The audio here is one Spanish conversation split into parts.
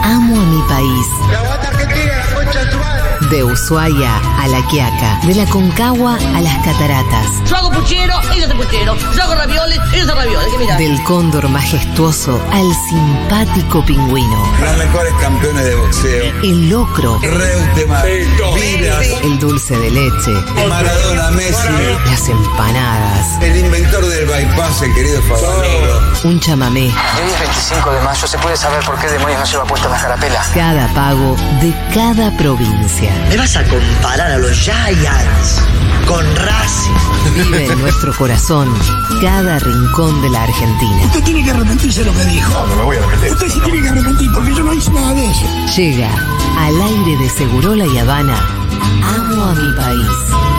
Amo a mi país. ¡La banda argentina, la concha de tu madre! De Ushuaia a La Quiaca, de la Concagua a las Cataratas. Yo hago puchero, ella hace puchero. Yo hago ravioles, ella hace ravioles. ¿Qué mirá? Del cóndor majestuoso al simpático pingüino. Los mejores campeones de boxeo. El locro. Reutemann, Vilas, El dulce de leche. Maradona, Messi. Las empanadas. El inventor del bypass, el querido Favaloro. Un chamamé. Hoy es 25 de mayo, ¿se puede saber por qué demonios no lleva puesta la carapela? Cada pago de cada provincia. ¿Me vas a comparar a los Giants con Racing? Vive en nuestro corazón cada rincón de la Argentina. Usted tiene que arrepentirse de lo que dijo. No me voy a arrepentir. Usted se tiene que arrepentir porque yo no hice nada de eso. Llega al aire de Segurola y Habana. Amo a mi país.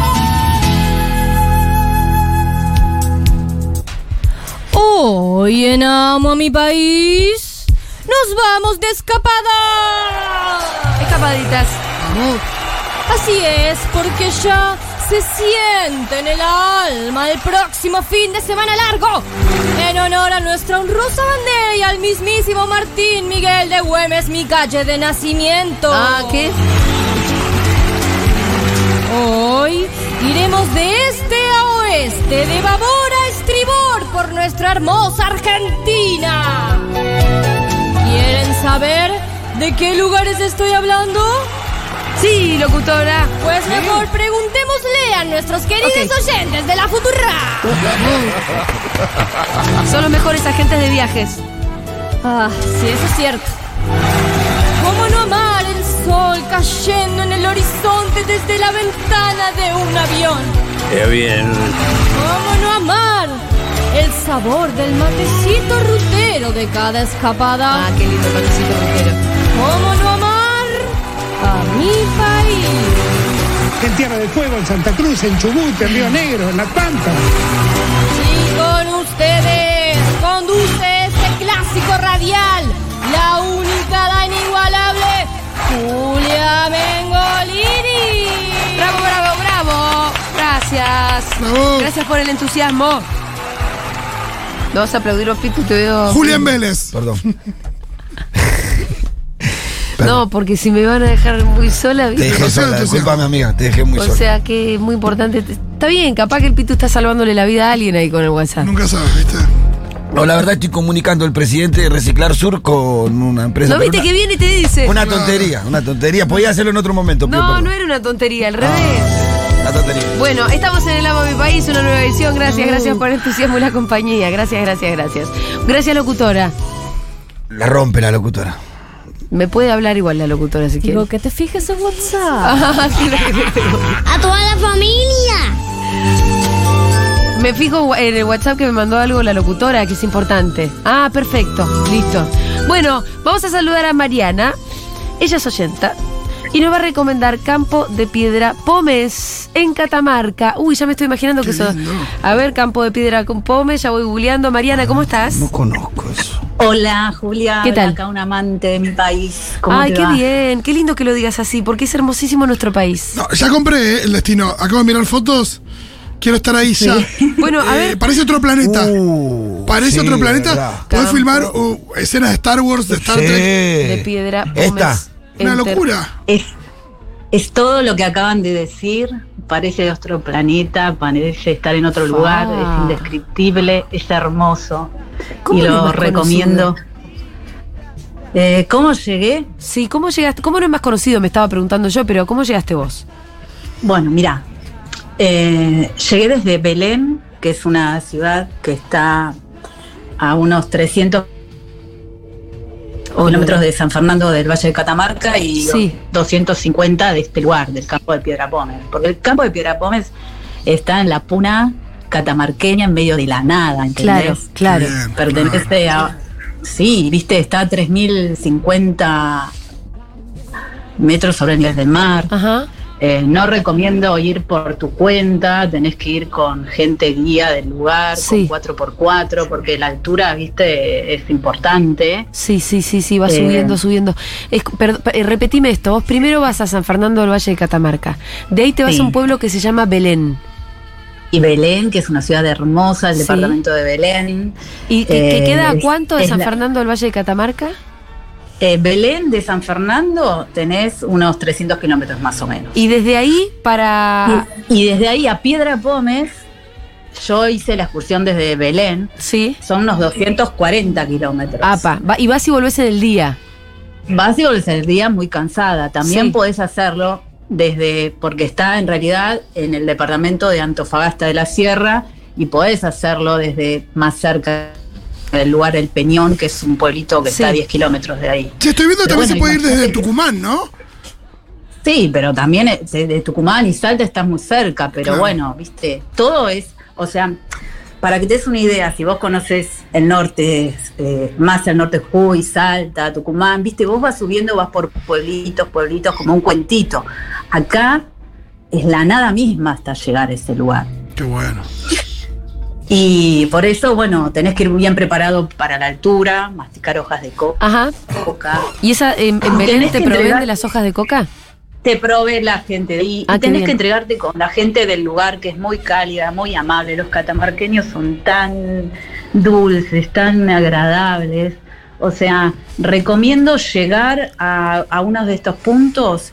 Hoy en Amo a mi país nos vamos de escapada. Escapaditas. Así es, porque ya se siente en el alma el próximo fin de semana largo. En honor a nuestra honrosa bandera y al mismísimo Martín Miguel de Güemes, mi calle de nacimiento. ¿Qué? Hoy iremos de este a oeste, de babor a estribor por nuestra hermosa Argentina. ¿Quieren saber de qué lugares estoy hablando? Sí, locutora. Pues mejor preguntémosle a nuestros queridos oyentes de la Futura. Son los mejores agentes de viajes. Sí, eso es cierto. ¿Cómo no amar el sol cayendo en el horizonte desde la ventana de un avión? Bien. ¿Cómo no amar el sabor del matecito rutero de cada escapada? Qué lindo el matecito rutero. ¿Cómo no amar a mi país? En Tierra del Fuego, en Santa Cruz, en Chubut, en Río Negro, en La Pampa. Y con ustedes conduce este clásico radial, la única, la inigualable Julia Mengolini. Bravo, bravo, bravo. Gracias. Bravo. Gracias por el entusiasmo. ¿No vas a aplaudir, Pitu? Te veo. Julián Vélez. Perdón. No, porque si me van a dejar muy sola. Te ¿viste? dejé sola, disculpame, amiga, te dejé muy sola. O sea que es muy importante. Está bien, capaz que el Pitu está salvándole la vida a alguien ahí con el WhatsApp. Nunca sabes, ¿viste? No, la verdad estoy comunicando al presidente de Reciclar Sur con una empresa. ¿No viste que viene y te dice? Una tontería. Podía hacerlo en otro momento. No era una tontería, al revés. Una tontería. Bueno, estamos en el Amo de mi país, una nueva edición. Gracias por el entusiasmo y la compañía. Gracias. Gracias, locutora. La rompe la locutora. Me puede hablar igual la locutora si quiere. Digo que te fijes en WhatsApp. ¡A toda la familia! Me fijo en el WhatsApp que me mandó algo la locutora, que es importante. Perfecto, listo. Bueno, vamos a saludar a Mariana. Ella es oyenta y nos va a recomendar Campo de Piedra Pómez en Catamarca. Uy, ya me estoy imaginando que eso. A ver, Campo de Piedra con Pómez, ya voy googleando. Mariana, ¿cómo estás? No conozco eso. Hola, Julia. ¿Qué tal? Acá un amante de mi país. ¿Cómo Ay, te qué va? bien, qué lindo que lo digas así, porque es hermosísimo nuestro país. No, ya compré el destino. Acabo de mirar fotos. Quiero estar ahí ya. Bueno, a ver. Parece otro planeta. Parece otro planeta. verdad. Podés Campo. filmar escenas de Star Wars, de Star Trek. De Piedra Pómez. Esta. Una Enter. locura. Es todo lo que acaban de decir. Parece de otro planeta, parece estar en otro lugar. Es indescriptible, es hermoso. ¿Cómo Y no es lo más recomiendo. ¿Cómo llegué? Sí, ¿cómo llegaste? ¿Cómo no es más conocido? Me estaba preguntando yo, pero ¿cómo llegaste vos? Bueno, mirá. Llegué desde Belén, que es una ciudad que está a unos 300 kilómetros de San Fernando del Valle de Catamarca y Sí. 250 de este lugar, del campo de Piedra Pómez. Porque el campo de Piedra Pómez está en la puna catamarqueña, en medio de la nada, ¿entendés? Claro. Bien, Pertenece a... Sí, viste, está a 3.050 metros sobre el nivel del mar. Ajá. No recomiendo ir por tu cuenta, tenés que ir con gente guía del lugar, Sí. con 4x4, porque la altura, viste, es importante. Sí, va subiendo. Repetime esto, vos primero vas a San Fernando del Valle de Catamarca, de ahí te vas Sí. a un pueblo que se llama Belén. Y Belén, que es una ciudad hermosa, el Sí. departamento de Belén. ¿Y que queda a es- cuánto de es San la- Fernando del Valle de Catamarca? Belén de San Fernando tenés unos 300 kilómetros más o menos. Y desde ahí para... Y desde ahí a Piedra Pómez, yo hice la excursión desde Belén. Sí. Son unos 240 kilómetros. Apa, y vas y volvés en el día. Vas y volvés en el día muy cansada. También Sí. podés hacerlo porque está en realidad en el departamento de Antofagasta de la Sierra, y podés hacerlo desde más cerca del lugar El Peñón, que es un pueblito que está a 10 kilómetros de ahí. Che, estoy viendo que Pero también bueno, se puede ir desde imagínate Tucumán, ¿no? Sí, pero también de Tucumán y Salta estás muy cerca, pero Claro. bueno, viste, todo es, o sea, para que te des una idea, si vos conoces el norte, más el norte, Jujuy, Salta, Tucumán, viste, vos vas subiendo, vas por pueblitos, como un cuentito. Acá es la nada misma hasta llegar a ese lugar. Qué bueno. Y por eso, bueno, tenés que ir bien preparado para la altura, masticar hojas de coca. Ajá. ¿Y esa en Belén Tenés te que proveen entregar- de las hojas de coca? Te provee la gente de ahí, Ah, y qué tenés bien. que entregarte con la gente del lugar, que es muy cálida, muy amable. Los catamarqueños son tan dulces, tan agradables. O sea, recomiendo llegar a uno de estos puntos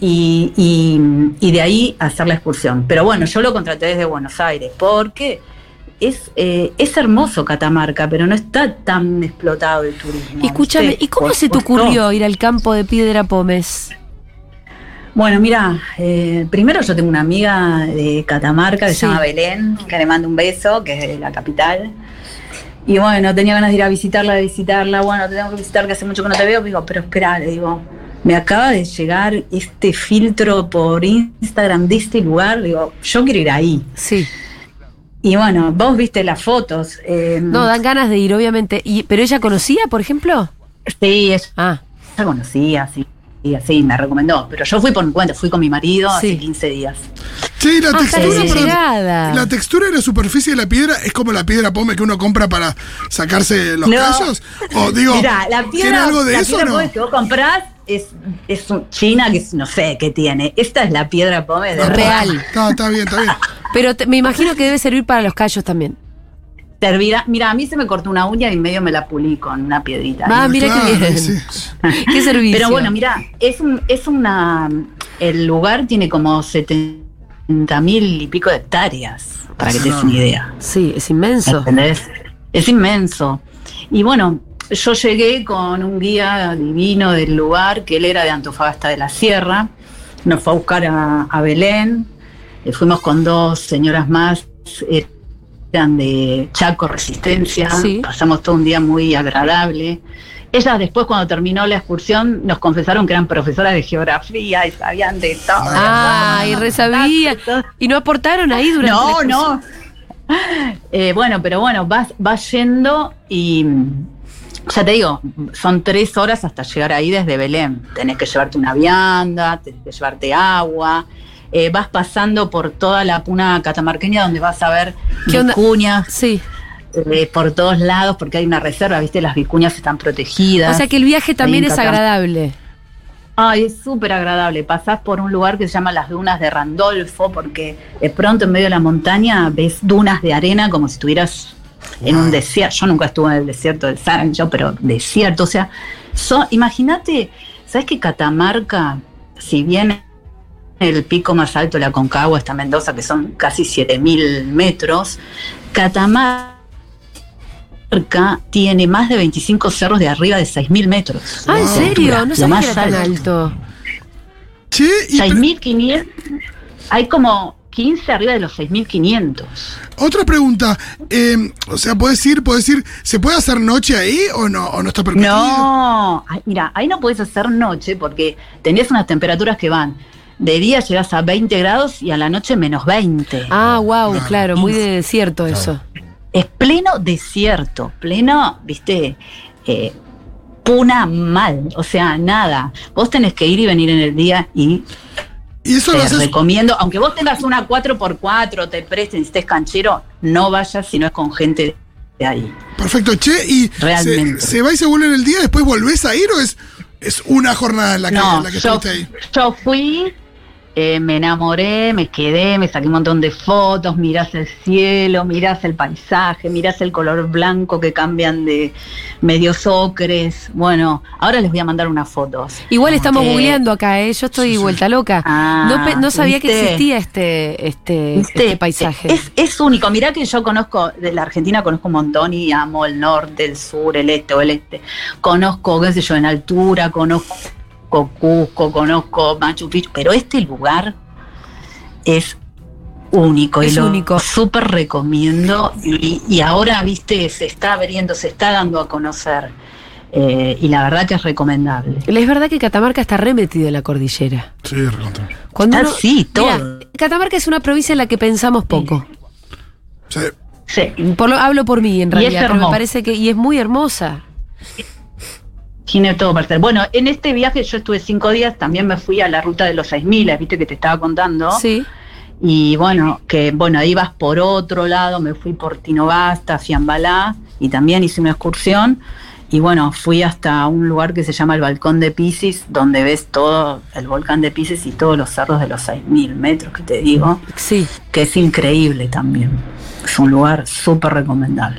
y de ahí hacer la excursión. Pero bueno, yo lo contraté desde Buenos Aires porque es hermoso Catamarca, pero no está tan explotado el turismo. Escúchame, ¿viste? ¿y cómo Por- se te costó. ocurrió ir al campo de Piedra Pómez? Bueno, mira, primero yo tengo una amiga de Catamarca que se Sí. llama Belén, que le mando un beso, que es de la capital. Y bueno, tenía ganas de ir a visitarla. Bueno, te tengo que visitar, que hace mucho que no te veo. Digo, pero espera, le digo, me acaba de llegar este filtro por Instagram de este lugar. Digo, yo quiero ir ahí. Sí. Y bueno, vos viste las fotos. No, dan ganas de ir, obviamente. ¿Pero ella conocía, por ejemplo? Sí, ella Ah, conocía, sí. Y así me recomendó. Pero yo fui por mi cuenta, fui con mi marido Sí. hace 15 días. Che, y la textura, está perdón, llegada. la textura de la superficie de la piedra es como la piedra Pómez que uno compra para sacarse los No. callos. O digo, Mirá, la ¿tiene piedra, algo de la eso o piedra no? Pómez que vos comprás es China, que no sé qué tiene. Esta es la piedra Pómez de real. Está bien, está bien. Pero me imagino que debe servir para los callos también. Servirá. Mira, a mí se me cortó una uña y medio me la pulí con una piedrita. Ah, mira Claro, qué bien. sí. Qué servicio. Pero bueno, mira, el lugar tiene como 70.000 y pico de hectáreas, para que te des una idea. Sí, es inmenso. ¿Entendés? Es inmenso. Y bueno, yo llegué con un guía divino del lugar, que él era de Antofagasta de la Sierra, nos fue a buscar a Belén, fuimos con dos señoras más, eran de Chaco Resistencia, Sí. pasamos todo un día muy agradable. Ellas después, cuando terminó la excursión, nos confesaron que eran profesoras de geografía y sabían de todo. Ah, y resabía. ¿Y no aportaron ahí durante la No, excursión? no. Bueno, pero bueno, vas yendo y ya te digo, son 3 horas hasta llegar ahí desde Belén. Tenés que llevarte una vianda, tenés que llevarte agua. Vas pasando por toda la puna catamarqueña donde vas a ver ¿Qué onda? vicuñas Sí. por todos lados porque hay una reserva, ¿viste? Las vicuñas están protegidas. O sea que el viaje también Ahí en es Catamarca. agradable. Ay, es súper agradable. Pasás por un lugar que se llama las Dunas de Randolfo, porque de pronto en medio de la montaña ves dunas de arena como si estuvieras en un desierto. Yo nunca estuve en el desierto del Sancho, pero desierto. O sea, imagínate, ¿sabes que Catamarca, si bien el pico más alto de la Aconcagua está en Mendoza, que son casi 7.000 metros, Catamarca tiene más de 25 cerros de arriba de 6.000 metros. Ah, ¿en Wow. serio? No Lo sabía más que era tan alto. alto. Che, y 6.500, hay como 15 arriba de los 6.500. otra pregunta. O sea, ¿puedes ir, ¿se puede hacer noche ahí o no está permitido? No, ay, mira, ahí no puedes hacer noche porque tenés unas temperaturas que van. De día llegás a 20 grados y a la noche menos 20. Ah, wow, claro, muy de desierto eso. Es pleno desierto, pleno, viste, puna mal, o sea, nada. Vos tenés que ir y venir en el día y Y eso lo te haces. recomiendo, aunque vos tengas una 4x4, te presten, si estés canchero, no vayas si no es con gente de ahí. Perfecto, che, y Realmente. se va y se vuelve en el día, después volvés a ir o es una jornada en la que, No, en la que yo estuviste ahí. fui me enamoré, me quedé, me saqué un montón de fotos, mirás el cielo, mirás el paisaje, mirás el color blanco que cambian de medios ocres. Bueno, ahora les voy a mandar unas fotos. Igual estamos googleando acá, yo estoy vuelta loca. No sabía que existía este paisaje. Es único. Mirá que yo conozco, de la Argentina conozco un montón y amo el norte, el sur, el este, oeste. Conozco, qué sé yo, en altura, conozco Cusco, conozco Machu Picchu, pero este lugar es único y lo súper recomiendo y ahora, viste, se está abriendo, se está dando a conocer y la verdad que es recomendable. Es verdad que Catamarca está re metida en la cordillera. Sí, recontra. Sí, todo. Mira, Catamarca es una provincia en la que pensamos poco. Sí. Hablo por mí, en realidad, pero me parece que... Y es muy hermosa. Tiene todo para ser. Bueno, en este viaje yo estuve 5 días, también me fui a la ruta de los 6.000, viste que te estaba contando. Sí. Y ahí vas por otro lado, me fui por Tinogasta, Fiambalá, y también hice una excursión. Y bueno, fui hasta un lugar que se llama el Balcón de Piscis, donde ves todo el volcán de Piscis y todos los cerros de los 6.000 metros que te digo. Sí. Que es increíble también. Es un lugar súper recomendable.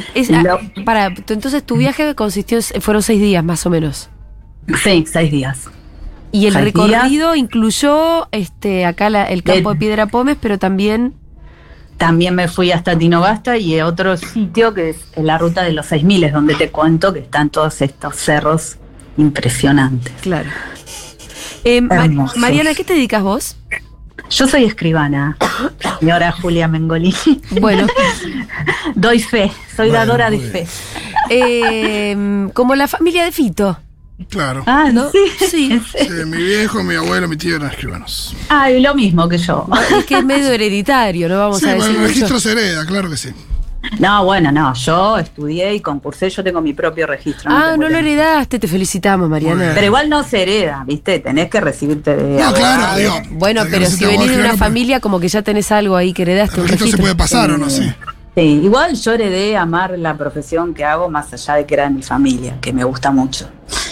Entonces tu viaje fueron 6 días más o menos. Sí, 6 días. Y el recorrido incluyó acá el campo de Piedra Pómez, pero también me fui hasta Tinogasta y otro sitio que es la ruta de los 6.000, donde te cuento que están todos estos cerros impresionantes. Claro. Mariana, ¿a qué te dedicas vos? Yo soy escribana, señora Julia Mengolini. Bueno. Doy fe, soy dadora de fe. Como la familia de Fito. Claro. Ah, ¿no? Sí. Mi viejo, mi abuelo, mi tío eran escribanos. Ah, y lo mismo que yo. Es que es medio hereditario, no vamos a decir. Sí, el registro se hereda, claro que sí. No, yo estudié y concursé, yo tengo mi propio registro. No lo heredaste, te felicitamos, Mariana. Pero igual no se hereda, ¿viste? Tenés que recibirte de... No, claro, digo. Bueno, pero si venís de una familia, como que ya tenés algo ahí que heredaste. El registro se puede pasar o no sé. Sí, igual yo heredé amar la profesión que hago más allá de que era de mi familia, que me gusta mucho.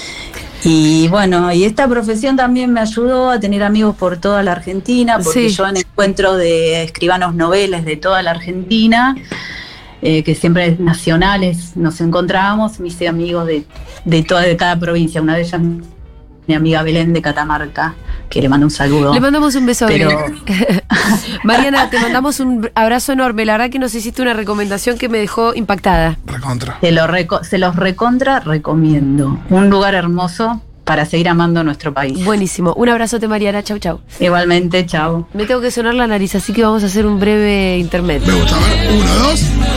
Y bueno, y esta profesión también me ayudó a tener amigos por toda la Argentina, porque yo en encuentros de escribanos noveles de toda la Argentina, que siempre nacionales nos encontrábamos, me hice amigos de cada provincia. Una de ellas, mi amiga Belén de Catamarca, que le mando un saludo. Le mandamos un beso. Mariana, te mandamos un abrazo enorme. La verdad que nos hiciste una recomendación que me dejó impactada. Recontra. Se los recomiendo. Un lugar hermoso para seguir amando nuestro país. Buenísimo. Un abrazote, Mariana. Chau, chau. Igualmente, chau. Me tengo que sonar la nariz, así que vamos a hacer un breve intermedio. Me gusta, a ver. 1, 2.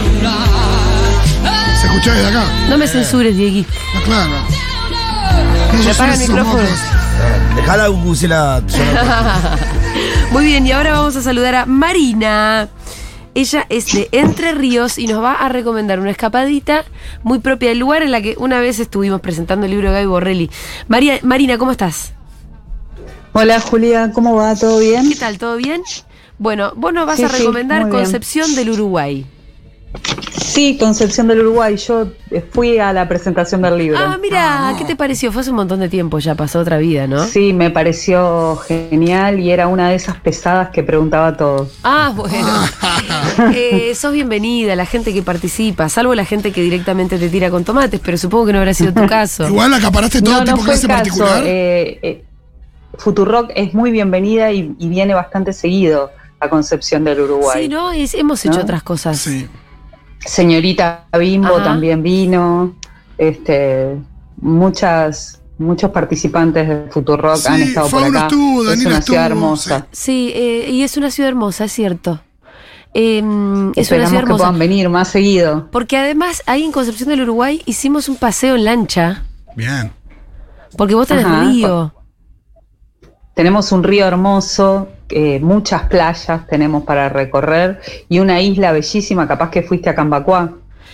¿Se escucha desde acá? No me censures, Diegui. No, claro. Me apaga el micrófono. Dejala use la... Muy bien, y ahora vamos a saludar a Marina. Ella es de Entre Ríos y nos va a recomendar una escapadita muy propia del lugar en la que una vez estuvimos presentando el libro de Gaby Borrelli. Marina, ¿cómo estás? Hola, Julia, ¿cómo va? ¿Todo bien? ¿Qué tal? ¿Todo bien? Bueno, vos nos vas a recomendar Concepción del Uruguay. Sí, Concepción del Uruguay. Yo fui a la presentación del libro. Mira, ¿qué te pareció? Fue hace un montón de tiempo, ya pasó otra vida, ¿no? Sí, me pareció genial y era una de esas pesadas que preguntaba todo. Bueno. Sos bienvenida, la gente que participa, salvo la gente que directamente te tira con tomates, pero supongo que no habrá sido tu caso. Igual acaparaste todo tipo de clase particular. Futurock es muy bienvenida y viene bastante seguido a Concepción del Uruguay. Sí, ¿no? Hemos hecho otras cosas. Sí. Señorita Bimbo también vino, muchos participantes de Futurock han estado por acá. Es una ciudad hermosa. Sí, y es una ciudad hermosa, es cierto. Es una ciudad hermosa. Que puedan venir más seguido. Porque además ahí en Concepción del Uruguay hicimos un paseo en lancha. Bien. Porque vos tenés río. Tenemos un río hermoso, muchas playas tenemos para recorrer y una isla bellísima. Capaz que fuiste a Cambacuá.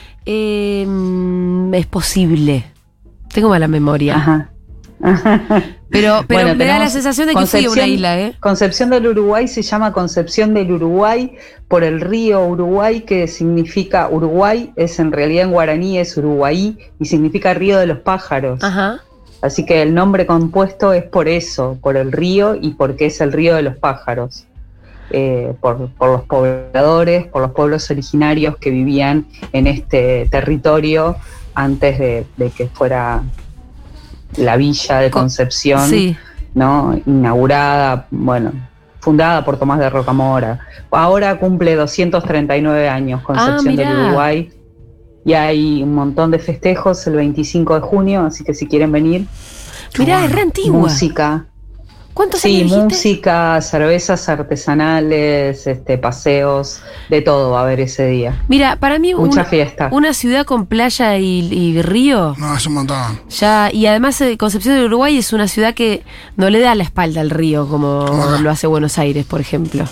Es posible. Tengo mala memoria. Pero bueno, me da la sensación de que fui a una isla. Concepción del Uruguay se llama Concepción del Uruguay por el río Uruguay, que significa Uruguay, es en realidad en guaraní es Uruguaí y significa río de los pájaros. Así que el nombre compuesto es por eso, por el río y porque es el río de los pájaros. Por los pobladores, por los pueblos originarios que vivían en este territorio antes de que fuera la villa de Concepción, sí, ¿no? Inaugurada, bueno, fundada por Tomás de Rocamora. Ahora cumple 239 años Concepción del Uruguay, y hay un montón de festejos el 25 de junio, así que si quieren venir. Mirá, es re antigua. Música. ¿Cuántos años dijiste? Música, cervezas artesanales, paseos, de todo va a haber ese día. Mira, para mí mucha fiesta. Una ciudad con playa y río. No, es un montón. Ya, y además Concepción del Uruguay es una ciudad que no le da la espalda al río como lo hace Buenos Aires, por ejemplo.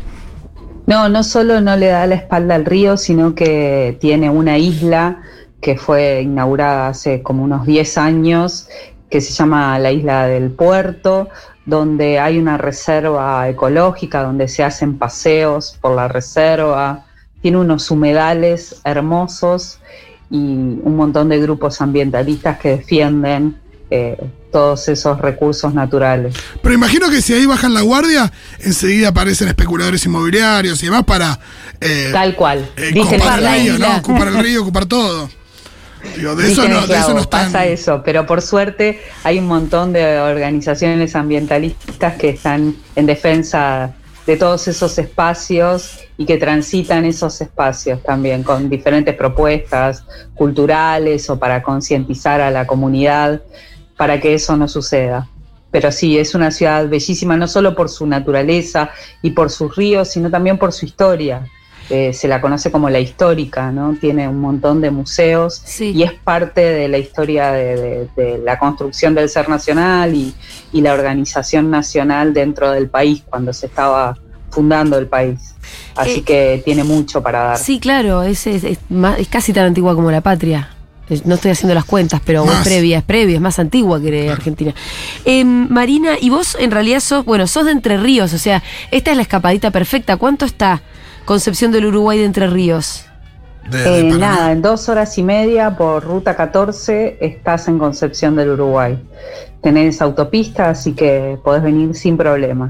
No solo no le da la espalda al río, sino que tiene una isla que fue inaugurada hace como unos 10 años, que se llama la Isla del Puerto, donde hay una reserva ecológica, donde se hacen paseos por la reserva, tiene unos humedales hermosos y un montón de grupos ambientalistas que defienden todos esos recursos naturales. Pero imagino que si ahí bajan la guardia, enseguida aparecen especuladores inmobiliarios y demás para... tal cual. Ocupar el río, ¿no? Ocupar el río, ocupar todo. Digo, de eso no están... Pasa eso, pero por suerte hay un montón de organizaciones ambientalistas que están en defensa de todos esos espacios y que transitan esos espacios también con diferentes propuestas culturales o para concientizar a la comunidad para que eso no suceda. Pero sí, es una ciudad bellísima, no solo por su naturaleza y por sus ríos, sino también por su historia. Se la conoce como la histórica, ¿no? Tiene un montón de museos, sí, y es parte de la historia de la construcción del ser nacional y la organización nacional dentro del país cuando se estaba fundando el país. Así que tiene mucho para dar. Sí, claro, es casi tan antigua como la patria. No estoy haciendo las cuentas, pero es previa, es más antigua que Argentina. Marina, y vos en realidad sos de Entre Ríos, o sea, esta es la escapadita perfecta. ¿Cuánto está Concepción del Uruguay de Entre Ríos? Nada, en 2 horas y media por ruta 14 estás en Concepción del Uruguay. Tenés autopista, así que podés venir sin problema.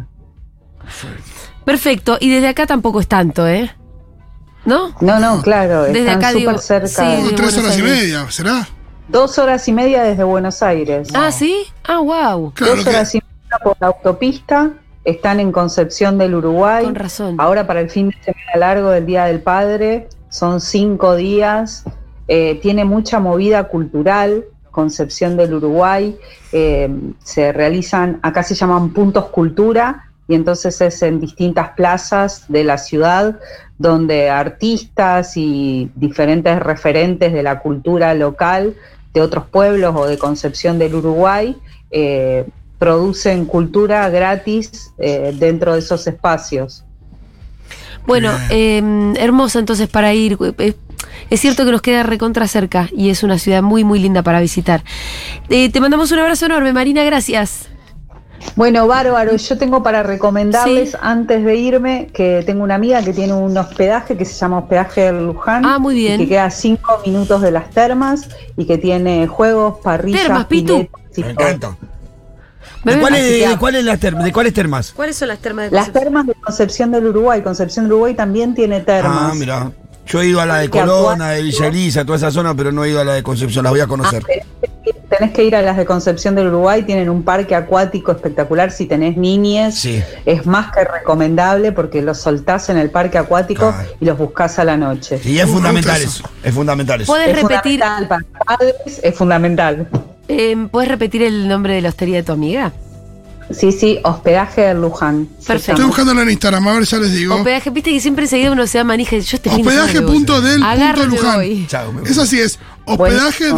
Perfecto, y desde acá tampoco es tanto, ¿eh? ¿No? No, claro, desde están acá súper cerca. Sí, 3 horas y media, ¿será? 2 horas y media desde Buenos Aires. Ah, ¿sí? Ah, wow. Claro, 2 horas y media por la autopista. Están en Concepción del Uruguay. Con razón. Ahora para el fin de semana largo del Día del Padre, son 5 días. Tiene mucha movida cultural, Concepción del Uruguay. Se realizan, acá se llaman puntos cultura, y entonces es en distintas plazas de la ciudad, donde artistas y diferentes referentes de la cultura local, de otros pueblos o de Concepción del Uruguay, producen cultura gratis dentro de esos espacios. Bueno, hermosa entonces para ir. Es cierto que nos queda recontra cerca y es una ciudad muy, muy linda para visitar. Te mandamos un abrazo enorme, Marina, gracias. Bueno, bárbaro, yo tengo para recomendarles, antes de irme, que tengo una amiga que tiene un hospedaje que se llama Hospedaje del Luján. Ah, muy bien. Y que queda a 5 minutos de las termas y que tiene juegos, parrillas, termas, Pitu. Me encanta. ¿De cuáles termas? ¿Cuáles son las termas de Concepción? Las termas de Concepción del Uruguay. Concepción del Uruguay también tiene termas. Ah, mira. Yo he ido a la de Colón, a de Villa Elisa, toda esa zona, pero no he ido a la de Concepción, las voy a conocer. Tenés que ir a las de Concepción del Uruguay, tienen un parque acuático espectacular. Si tenés niñes, sí, es más que recomendable porque los soltás en el parque acuático y los buscás a la noche. Y es fundamental eso, es fundamental eso. ¿Puedes repetir? Fundamental para padres, es fundamental. ¿Puedes repetir el nombre de la hostería de tu amiga? Sí, Hospedaje del Luján. Perfecto. Estoy buscándola en Instagram, a ver, ya les digo. Hospedaje, viste que siempre enseguida uno se da manija. Yo Hospedaje.del.luján. Eso sí es. Hospedaje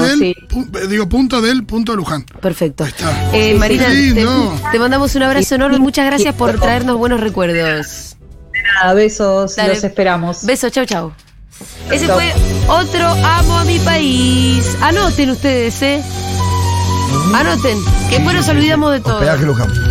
.del.luján. Perfecto. Marina, te mandamos un abrazo enorme. Muchas gracias por traernos buenos recuerdos. De nada, besos. Dale. Los esperamos. Besos, chau. Ese fue otro Amo a mi país. Anoten ustedes, Anoten, que después nos olvidamos de todo. Hospedaje Luján.